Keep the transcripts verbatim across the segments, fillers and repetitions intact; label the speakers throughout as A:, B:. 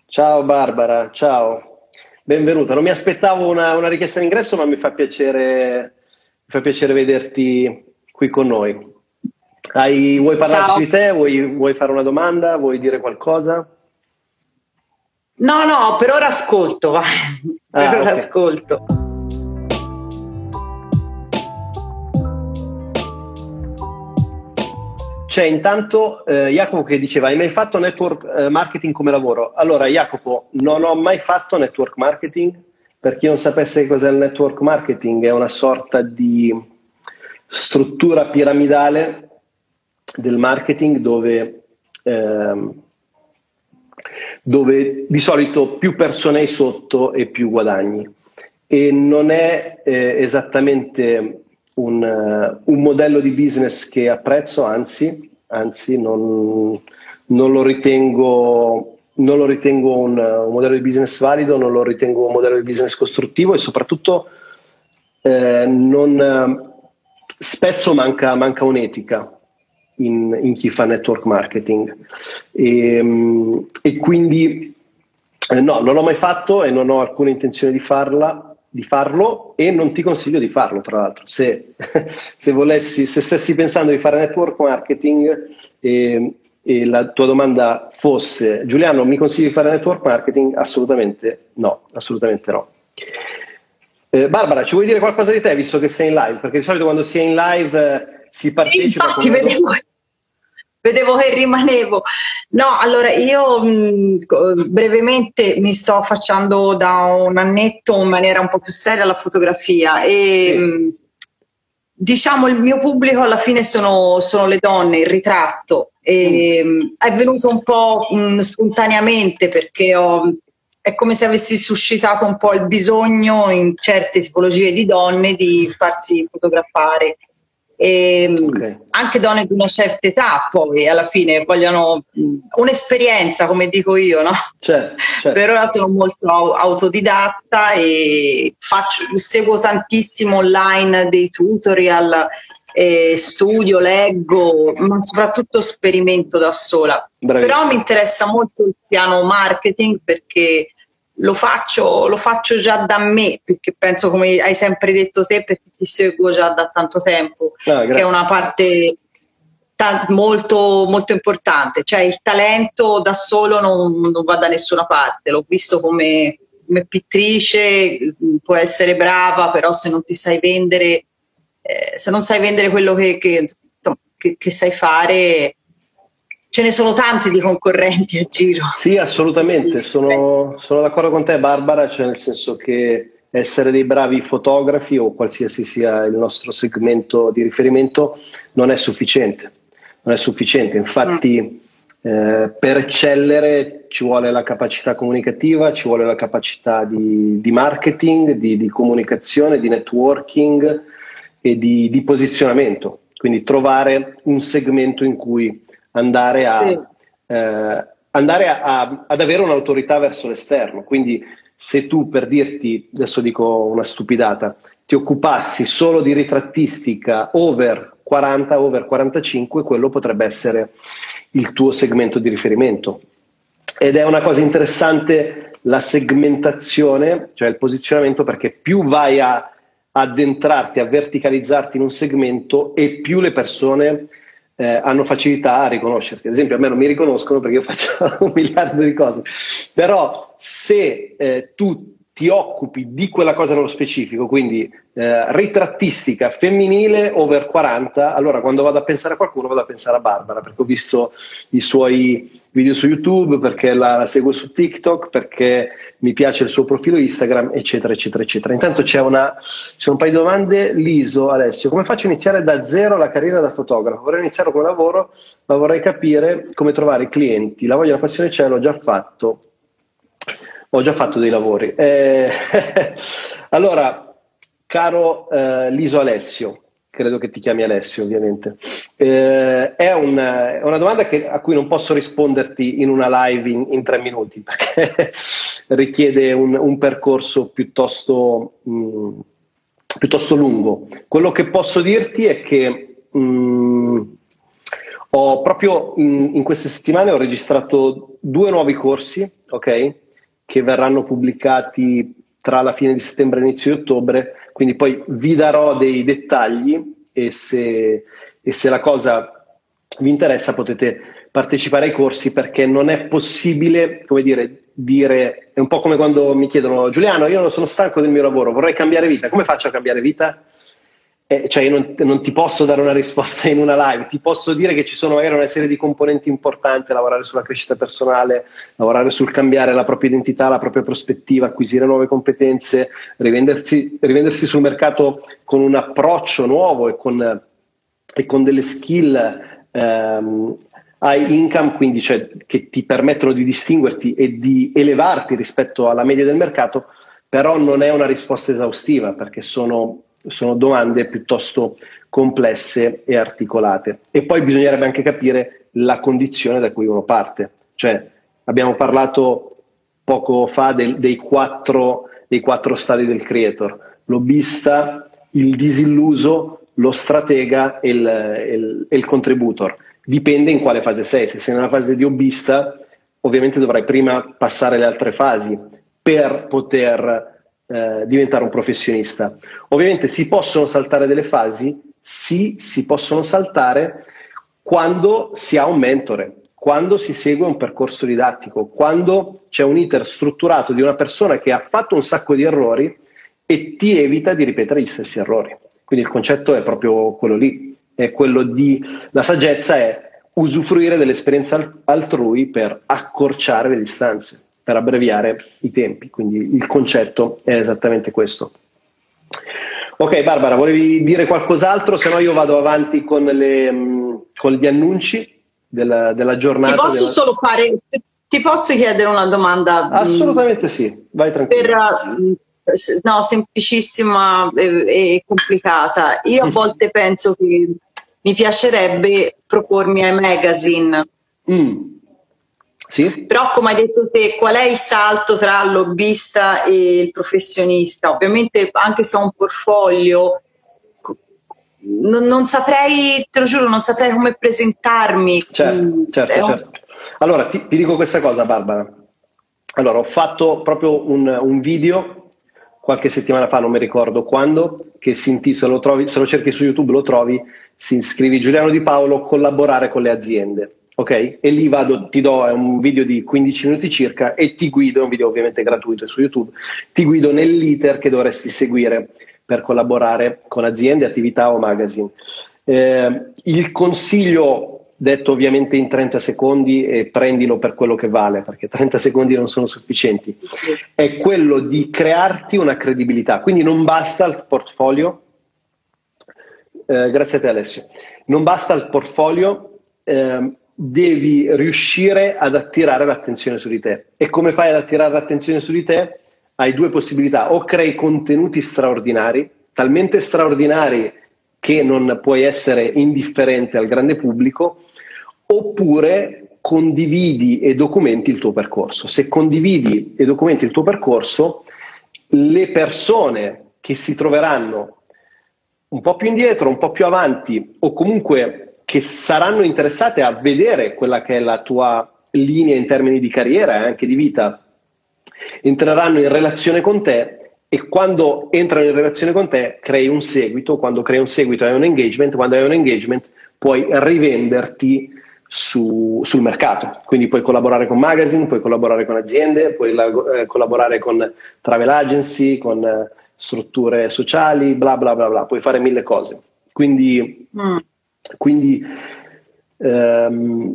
A: Ciao Barbara, ciao, benvenuta. Non mi aspettavo una, una richiesta d'ingresso, ma mi fa piacere, mi fa piacere vederti qui con noi. Hai- vuoi parlarci
B: Ciao.
A: di te? Vuoi, vuoi fare una domanda? Vuoi dire qualcosa?
B: No, no, per ora ascolto, vai. Per
A: Ah,
B: ora
A: ok.
B: ascolto.
A: C'è intanto eh, Jacopo che diceva: hai mai fatto network eh, marketing come lavoro? Allora, Jacopo, non ho mai fatto network marketing. Per chi non sapesse che cos'è il network marketing, è una sorta di struttura piramidale del marketing dove, ehm, dove di solito più persone hai sotto e più guadagni. E non è eh, esattamente un, eh, un modello di business che apprezzo, anzi, anzi non, non lo ritengo, non lo ritengo un, un modello di business valido, non lo ritengo un modello di business costruttivo e soprattutto eh, non, eh, spesso manca, manca un'etica in, in chi fa network marketing. E, mm, e quindi eh, no, non l'ho mai fatto e non ho alcuna intenzione di farla, di farlo e non ti consiglio di farlo, tra l'altro. Se, se volessi, se stessi pensando di fare network marketing e, e la tua domanda fosse: Giuliano, mi consigli di fare network marketing? Assolutamente no, assolutamente no. Eh, Barbara, ci vuoi dire qualcosa di te, visto che sei in live? Perché di solito quando si è in live eh, si
B: Sì,
A: partecipa con
B: infatti
A: una domanda.
B: vedevo, vedevo che rimanevo. No, allora io mh, co- brevemente mi sto facendo da un annetto in maniera un po' più seria la fotografia e
A: Sì.
B: mh, diciamo il mio pubblico alla fine sono, sono le donne, il ritratto.
A: Mm.
B: E, mh, è venuto un po' mh, spontaneamente perché ho, è come se avessi suscitato un po' il bisogno in certe tipologie di donne di farsi fotografare. E,
A: Ok.
B: mh, anche donne di una certa età poi alla fine vogliono mh, un'esperienza, come dico io, no?
A: Certo,
B: Per
A: certo.
B: ora sono molto au- autodidatta e faccio, seguo tantissimo online dei tutorial, eh, studio, leggo, ma soprattutto sperimento da sola. Però mi
A: Bravissimo.
B: interessa molto il piano marketing perché lo faccio, lo faccio già da me, perché penso, come hai sempre detto te, perché ti seguo già da tanto tempo,
A: Ah,
B: che è una
A: grazie.
B: parte ta- molto, molto importante. Cioè il talento da solo non, non va da nessuna parte. L'ho visto come, come pittrice, mh, può essere brava, però se non ti sai vendere, eh, se non sai vendere quello che, che, insomma, che- che sai fare, ce ne sono tanti di concorrenti a giro.
A: Sì,
B: Quindi,
A: assolutamente, sono, sono d'accordo con te, Barbara, cioè nel senso che essere dei bravi fotografi o qualsiasi sia il nostro segmento di riferimento non è sufficiente. Non è sufficiente.
B: mm,
A: Infatti, eh, per eccellere ci vuole la capacità comunicativa, ci vuole la capacità di, di marketing, di, di comunicazione, di networking e di, di posizionamento. Quindi trovare un segmento in cui andare
B: sì,
A: a eh, andare a, a, ad avere un'autorità verso l'esterno. Quindi se tu, per dirti, adesso dico una stupidata, ti occupassi solo di ritrattistica over quaranta, over quarantacinque, quello potrebbe essere il tuo segmento di riferimento. Ed è una cosa interessante la segmentazione, cioè il posizionamento, perché più vai a addentrarti, a verticalizzarti in un segmento e più le persone eh, hanno facilità a riconoscerti. Ad esempio, a me non mi riconoscono perché io faccio un miliardo di cose, però se eh, tu ti occupi di quella cosa nello specifico, quindi eh, ritrattistica femminile over quaranta, allora quando vado a pensare a qualcuno vado a pensare a Barbara, perché ho visto i suoi video su YouTube, perché la, la seguo su TikTok, perché mi piace il suo profilo Instagram, eccetera, eccetera, eccetera. Intanto c'è, una, c'è un paio di domande. Liso, Alessio, come faccio a iniziare da zero la carriera da fotografo? Vorrei iniziare come lavoro, ma vorrei capire come trovare clienti. La voglia e la passione c'è, l'ho già fatto. Ho già fatto dei lavori. Eh, allora, caro eh, Liso Alessio, credo che ti chiami Alessio ovviamente, eh, è, un, è una domanda che, a cui non posso risponderti in una live in, in tre minuti, perché richiede un, un percorso piuttosto, mh, piuttosto lungo. Quello che posso dirti è che mh, Ho proprio in, in queste settimane ho registrato due nuovi corsi, ok, che verranno pubblicati tra la fine di settembre e inizio di ottobre, quindi poi vi darò dei dettagli e se, e se la cosa vi interessa potete partecipare ai corsi, perché non è possibile, come dire, dire, è un po' come quando mi chiedono: Giuliano, io non sono stanco del mio lavoro, vorrei cambiare vita, come faccio a cambiare vita? Eh, cioè io non, non ti posso dare una risposta in una live, ti posso dire che ci sono magari una serie di componenti importanti: lavorare sulla crescita personale, lavorare sul cambiare la propria identità, la propria prospettiva, acquisire nuove competenze, rivendersi, rivendersi sul mercato con un approccio nuovo e con, e con delle skill ehm, high income, quindi cioè, che ti permettono di distinguerti e di elevarti rispetto alla media del mercato. Però non è una risposta esaustiva, perché sono sono domande piuttosto complesse e articolate. E poi bisognerebbe anche capire la condizione da cui uno parte. Cioè, abbiamo parlato poco fa del, dei, quattro, dei quattro stadi del creator: lobbista, il disilluso, lo stratega e il, il, il contributor. Dipende in quale fase sei. Se sei nella fase di hobbista, ovviamente dovrai prima passare le altre fasi per poter Eh, diventare un professionista. Ovviamente si possono saltare delle fasi, sì, si possono saltare quando si ha un mentore, quando si segue un percorso didattico, quando c'è un iter strutturato di una persona che ha fatto un sacco di errori e ti evita di ripetere gli stessi errori. Quindi il concetto è proprio quello lì, è quello di, la saggezza è usufruire dell'esperienza altrui per accorciare le distanze, per abbreviare i tempi. Quindi il concetto è esattamente questo. Ok, Barbara, volevi dire qualcos'altro? Se no io vado avanti con, le, con gli annunci della, della giornata.
B: Ti posso
A: della...
B: solo fare, ti posso chiedere una domanda?
A: Assolutamente sì, vai tranquillo.
B: Per, no, semplicissima e, e complicata. Io a volte penso che mi piacerebbe propormi ai magazine.
A: Mm. Sì.
B: Però, come hai detto te, qual è il salto tra il lobbista e il professionista? Ovviamente, anche se ho un portfolio, non, non saprei, te lo giuro, non saprei come presentarmi.
A: Certo, certo,
B: un...
A: certo. Allora, ti, ti dico questa cosa, Barbara. Allora, ho fatto proprio un, un video qualche settimana fa, non mi ricordo quando, che si intitola, se lo trovi, se lo cerchi su YouTube lo trovi, si iscrivi Giuliano Di Paolo, collaborare con le aziende. Ok? E lì vado, ti do, è un video di quindici minuti circa e ti guido, è un video ovviamente gratuito su YouTube, ti guido nell'iter che dovresti seguire per collaborare con aziende, attività o magazine. Eh, il consiglio, detto ovviamente in trenta secondi, e prendilo per quello che vale, perché trenta secondi non sono sufficienti, è quello di crearti una credibilità. Quindi non basta il portfolio, eh, grazie a te Alessio, non basta il portfolio, eh, devi riuscire ad attirare l'attenzione su di te. E come fai ad attirare l'attenzione su di te? Hai due possibilità: o crei contenuti straordinari, talmente straordinari che non puoi essere indifferente al grande pubblico, oppure condividi e documenti il tuo percorso. Se condividi e documenti il tuo percorso, le persone che si troveranno un po' più indietro, un po' più avanti, o comunque che saranno interessate a vedere quella che è la tua linea in termini di carriera e anche di vita, entreranno in relazione con te, e quando entrano in relazione con te crei un seguito. Quando crei un seguito hai un engagement, quando hai un engagement puoi rivenderti su, sul mercato, quindi puoi collaborare con magazine, puoi collaborare con aziende, puoi eh, collaborare con travel agency, con eh, strutture sociali, bla bla bla bla, puoi fare mille cose. Quindi mm. Quindi ehm,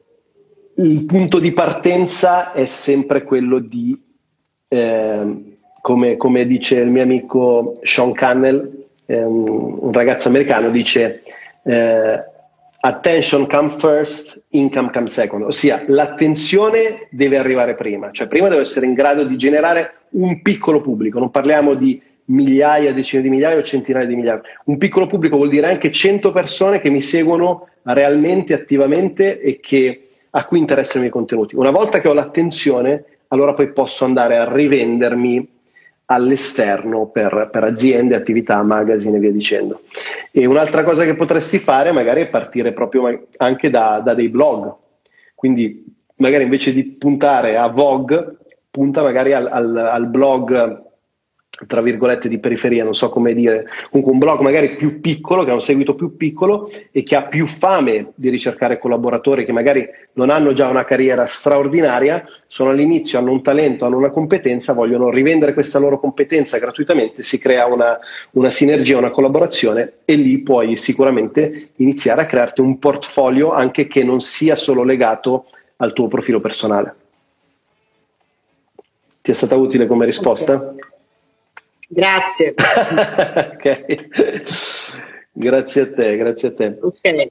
A: il punto di partenza è sempre quello di, ehm, come, come dice il mio amico Sean Cannell, ehm, un ragazzo americano, dice eh, attention come first, income come second, ossia l'attenzione deve arrivare prima, cioè prima devo essere in grado di generare un piccolo pubblico, non parliamo di migliaia, decine di migliaia o centinaia di migliaia. Un piccolo pubblico vuol dire anche cento persone che mi seguono realmente, attivamente, e che, a cui interessano i miei contenuti. Una volta che ho l'attenzione, allora poi posso andare a rivendermi all'esterno per, per aziende, attività, magazine e via dicendo. E un'altra cosa che potresti fare magari è partire proprio anche da, da dei blog, quindi magari invece di puntare a Vogue, punta magari al, al, al blog tra virgolette di periferia, non so come dire, comunque un blog magari più piccolo, che ha un seguito più piccolo e che ha più fame di ricercare collaboratori che magari non hanno già una carriera straordinaria, sono all'inizio, hanno un talento, hanno una competenza, vogliono rivendere questa loro competenza gratuitamente, si crea una, una sinergia, una collaborazione e lì puoi sicuramente iniziare a crearti un portfolio anche che non sia solo legato al tuo profilo personale. Ti è stata utile come risposta?
B: Okay. Grazie.
A: Okay. Grazie a te, grazie a te.
B: Okay.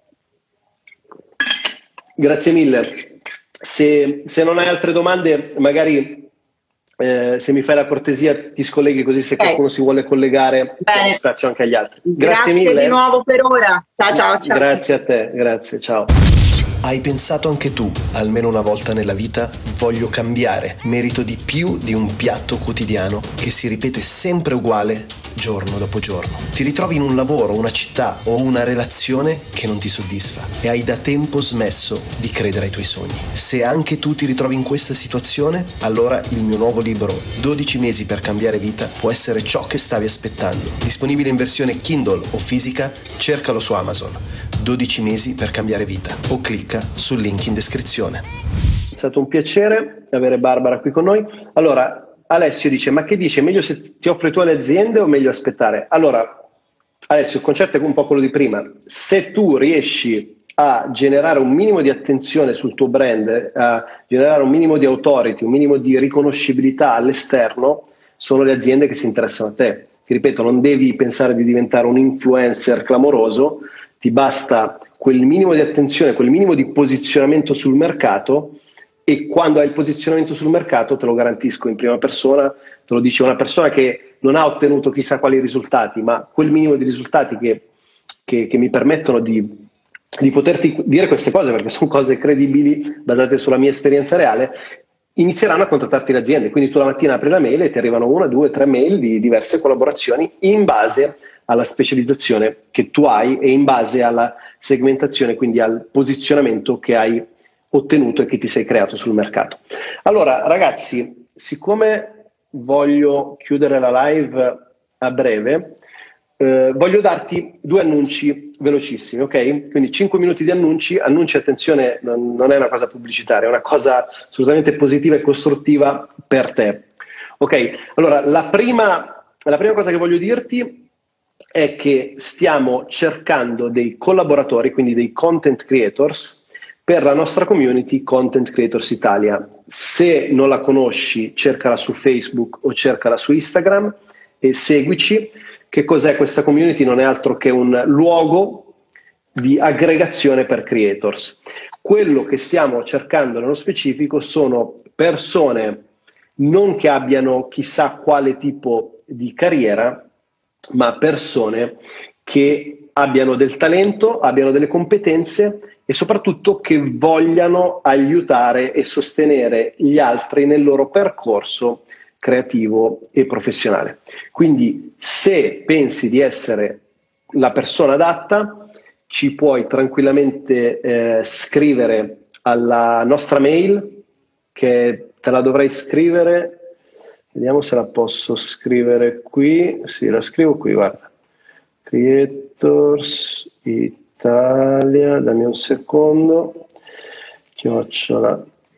A: Grazie mille. Se, se non hai altre domande, magari eh, se mi fai la cortesia ti scolleghi, così se okay. qualcuno si vuole collegare spazio anche agli altri. Grazie,
B: grazie
A: mille.
B: di nuovo per ora. Ciao ciao ciao.
A: Grazie a te, grazie, ciao.
C: Hai pensato anche tu, almeno una volta nella vita, voglio cambiare, merito di più di un piatto quotidiano che si ripete sempre uguale giorno dopo giorno. Ti ritrovi in un lavoro, una città o una relazione che non ti soddisfa e hai da tempo smesso di credere ai tuoi sogni. Se anche tu ti ritrovi in questa situazione, allora il mio nuovo libro dodici mesi per cambiare vita può essere ciò che stavi aspettando. Disponibile in versione Kindle o fisica, cercalo su Amazon. dodici mesi per cambiare vita o clicca sul link in descrizione.
A: È stato un piacere avere Barbara qui con noi. Allora, Alessio dice, ma che dice, meglio se ti offri tu alle aziende o meglio aspettare? Allora, Alessio, il concetto è un po' quello di prima. Se tu riesci a generare un minimo di attenzione sul tuo brand, a generare un minimo di authority, un minimo di riconoscibilità all'esterno, sono le aziende che si interessano a te. Ti ripeto, non devi pensare di diventare un influencer clamoroso, ti basta quel minimo di attenzione, quel minimo di posizionamento sul mercato, e quando hai il posizionamento sul mercato, te lo garantisco in prima persona, te lo dice una persona che non ha ottenuto chissà quali risultati, ma quel minimo di risultati che, che, che mi permettono di, di poterti dire queste cose, perché sono cose credibili, basate sulla mia esperienza reale, inizieranno a contattarti le aziende. Quindi tu la mattina apri la mail e ti arrivano una, due, tre mail di diverse collaborazioni in base alla specializzazione che tu hai e in base alla segmentazione, quindi al posizionamento che hai ottenuto e che ti sei creato sul mercato. Allora ragazzi, siccome voglio chiudere la live a breve, eh, voglio darti due annunci velocissimi, ok? Quindi cinque minuti di annunci. Annunci, attenzione, non, non è una cosa pubblicitaria, è una cosa assolutamente positiva e costruttiva per te. Ok? Allora, la prima, la prima cosa che voglio dirti è che stiamo cercando dei collaboratori, quindi dei content creators, per la nostra community Content Creators Italia. Se non la conosci, cercala su Facebook o cercala su Instagram e seguici. Che cos'è questa community? Non è altro che un luogo di aggregazione per creators. Quello che stiamo cercando nello specifico sono persone non che abbiano chissà quale tipo di carriera, ma persone che abbiano del talento, abbiano delle competenze e soprattutto che vogliano aiutare e sostenere gli altri nel loro percorso creativo e professionale. Quindi se pensi di essere la persona adatta, ci puoi tranquillamente eh, scrivere alla nostra mail, che te la dovrei scrivere, vediamo se la posso scrivere qui, sì, la scrivo qui, guarda, Creators Italia, dammi un secondo, chiocciola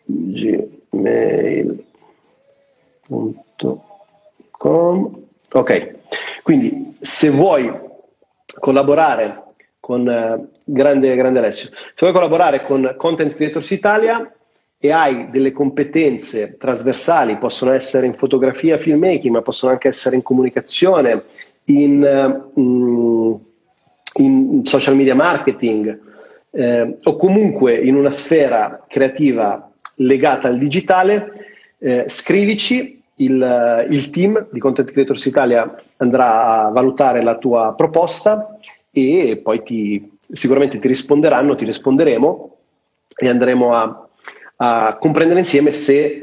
A: gmail punto com. Ok, quindi se vuoi collaborare con eh, grande, grande Alessio, se vuoi collaborare con Content Creators Italia e hai delle competenze trasversali, possono essere in fotografia, filmmaking, ma possono anche essere in comunicazione, in, uh, in social media marketing eh, o comunque in una sfera creativa legata al digitale, eh, scrivici. Il, il team di Content Creators Italia andrà a valutare la tua proposta e poi ti, sicuramente ti risponderanno, ti risponderemo e andremo a, a comprendere insieme se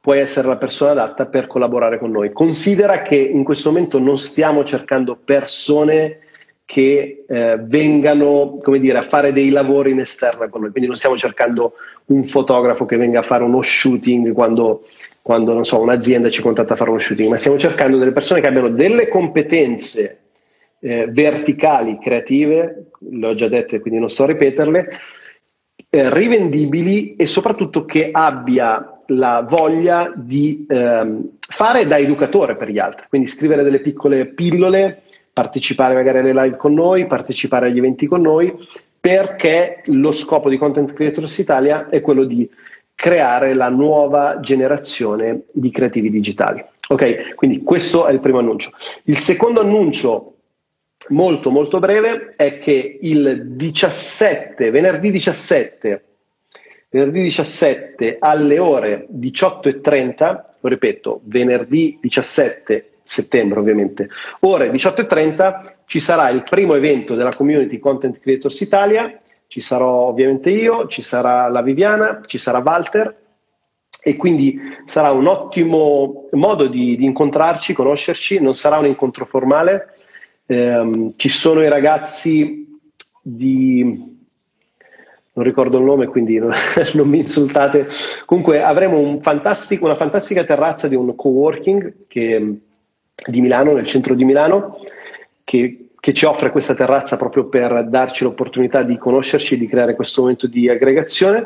A: puoi essere la persona adatta per collaborare con noi. Considera che in questo momento non stiamo cercando persone che eh, vengano, come dire, a fare dei lavori in esterna con noi, quindi non stiamo cercando un fotografo che venga a fare uno shooting quando, quando non so, un'azienda ci contatta a fare uno shooting, ma stiamo cercando delle persone che abbiano delle competenze eh, verticali, creative, le ho già dette quindi non sto a ripeterle, eh, rivendibili e soprattutto che abbia la voglia di ehm, fare da educatore per gli altri, quindi scrivere delle piccole pillole, partecipare magari alle live con noi, partecipare agli eventi con noi, perché lo scopo di Content Creators Italia è quello di creare la nuova generazione di creativi digitali. Ok, quindi questo è il primo annuncio. Il secondo annuncio, molto molto breve, è che il diciassette, venerdì diciassette, venerdì diciassette alle ore diciotto e trenta, lo ripeto, venerdì diciassette settembre ovviamente, ore diciotto e trenta, ci sarà il primo evento della community Content Creators Italia, ci sarò ovviamente io, ci sarà la Viviana, ci sarà Walter e quindi sarà un ottimo modo di, di incontrarci, conoscerci, non sarà un incontro formale, ehm, ci sono i ragazzi di... non ricordo il nome, quindi non, non mi insultate. Comunque avremo un fantastico, una fantastica terrazza di un coworking che, di Milano, nel centro di Milano, che, che ci offre questa terrazza proprio per darci l'opportunità di conoscerci e di creare questo momento di aggregazione.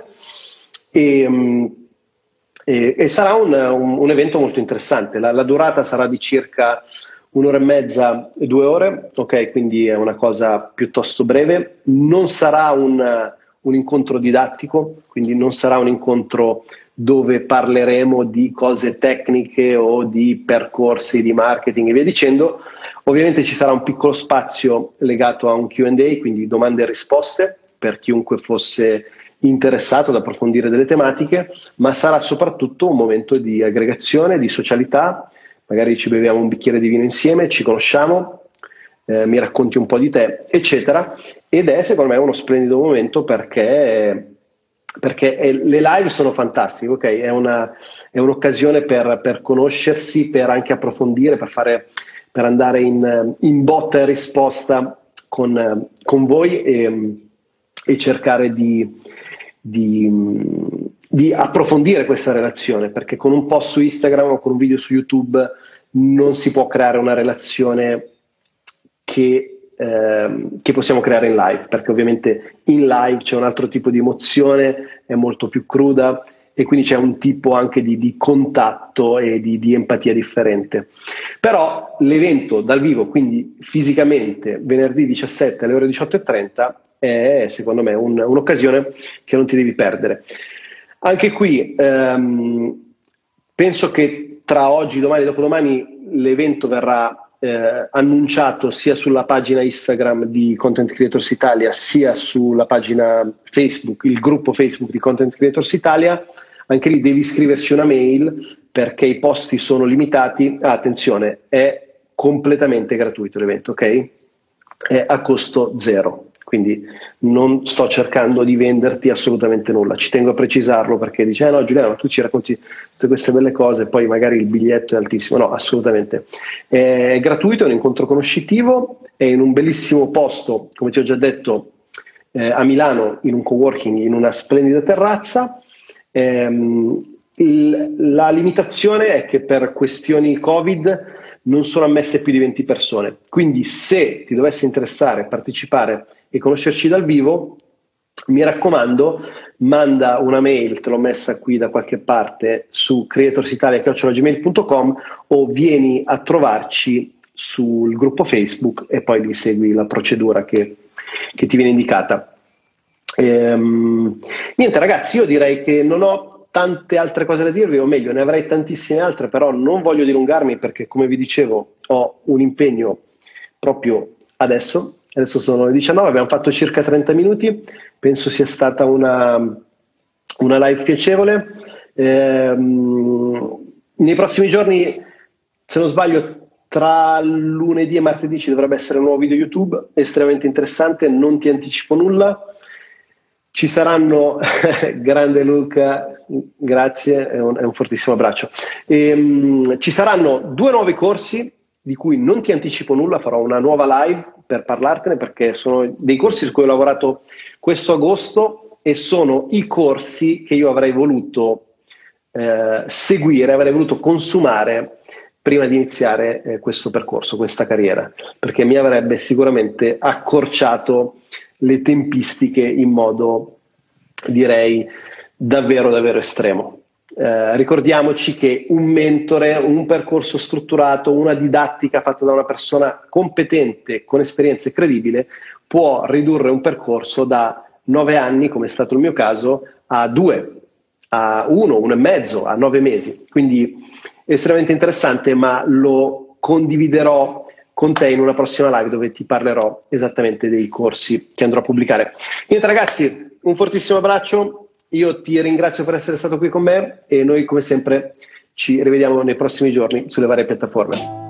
A: E, e, e sarà un, un, un evento molto interessante. La, la durata sarà di circa un'ora e mezza, due ore, ok? Quindi è una cosa piuttosto breve. Non sarà un... un incontro didattico, quindi non sarà un incontro dove parleremo di cose tecniche o di percorsi di marketing e via dicendo. Ovviamente ci sarà un piccolo spazio legato a un Q and A, quindi domande e risposte per chiunque fosse interessato ad approfondire delle tematiche, ma sarà soprattutto un momento di aggregazione, di socialità, magari ci beviamo un bicchiere di vino insieme, ci conosciamo, eh, mi racconti un po' di te, eccetera. Ed è secondo me uno splendido momento perché, perché è, le live sono fantastiche, ok? È, una, è un'occasione per, per conoscersi, per anche approfondire, per, fare, per andare in, in botta e risposta con, con voi e, e cercare di, di, di approfondire questa relazione, perché con un post su Instagram o con un video su YouTube non si può creare una relazione che Ehm, che possiamo creare in live, perché ovviamente in live c'è un altro tipo di emozione, è molto più cruda e quindi c'è un tipo anche di, di contatto e di, di empatia differente. Però l'evento dal vivo, quindi fisicamente, venerdì diciassette alle ore diciotto e trenta, è secondo me un, un'occasione che non ti devi perdere. Anche qui ehm, penso che tra oggi, domani e dopodomani l'evento verrà Eh, annunciato sia sulla pagina Instagram di Content Creators Italia sia sulla pagina Facebook, il gruppo Facebook di Content Creators Italia. Anche lì devi scriverci una mail perché i posti sono limitati. Ah, attenzione, è completamente gratuito l'evento, ok? È a costo zero, quindi non sto cercando di venderti assolutamente nulla, ci tengo a precisarlo perché dice eh no Giuliano, tu ci racconti tutte queste belle cose e poi magari il biglietto è altissimo. No, assolutamente, è gratuito, è un incontro conoscitivo, è in un bellissimo posto, come ti ho già detto, eh, a Milano, in un coworking, in una splendida terrazza. ehm, il, la limitazione è che per questioni Covid non sono ammesse più di venti persone, quindi se ti dovesse interessare partecipare e conoscerci dal vivo, mi raccomando, manda una mail, te l'ho messa qui da qualche parte, su creatorsitalia chiocciola gmail punto com o vieni a trovarci sul gruppo Facebook e poi lì segui la procedura che, che ti viene indicata. Ehm, niente ragazzi, io direi che non ho tante altre cose da dirvi, o meglio ne avrei tantissime altre, però non voglio dilungarmi perché, come vi dicevo, ho un impegno proprio adesso. Adesso sono le diciannove, abbiamo fatto circa trenta minuti, penso sia stata una, una live piacevole. Ehm, nei prossimi giorni, se non sbaglio, tra lunedì e martedì ci dovrebbe essere un nuovo video YouTube estremamente interessante, non ti anticipo nulla. ci saranno, grande Luca, grazie, è un, è un fortissimo abbraccio. E, um, ci saranno due nuovi corsi di cui non ti anticipo nulla, farò una nuova live per parlartene, perché sono dei corsi su cui ho lavorato questo agosto e sono i corsi che io avrei voluto eh, seguire, avrei voluto consumare prima di iniziare eh, questo percorso, questa carriera, perché mi avrebbe sicuramente accorciato le tempistiche in modo, direi, davvero davvero estremo. Eh, ricordiamoci che un mentore, un percorso strutturato, una didattica fatta da una persona competente, con esperienza e credibile, può ridurre un percorso da nove anni, come è stato il mio caso, a due, a uno, uno e mezzo, a nove mesi. Quindi estremamente interessante, ma lo condividerò con te in una prossima live dove ti parlerò esattamente dei corsi che andrò a pubblicare. Niente ragazzi, un fortissimo abbraccio, io ti ringrazio per essere stato qui con me e noi come sempre ci rivediamo nei prossimi giorni sulle varie piattaforme.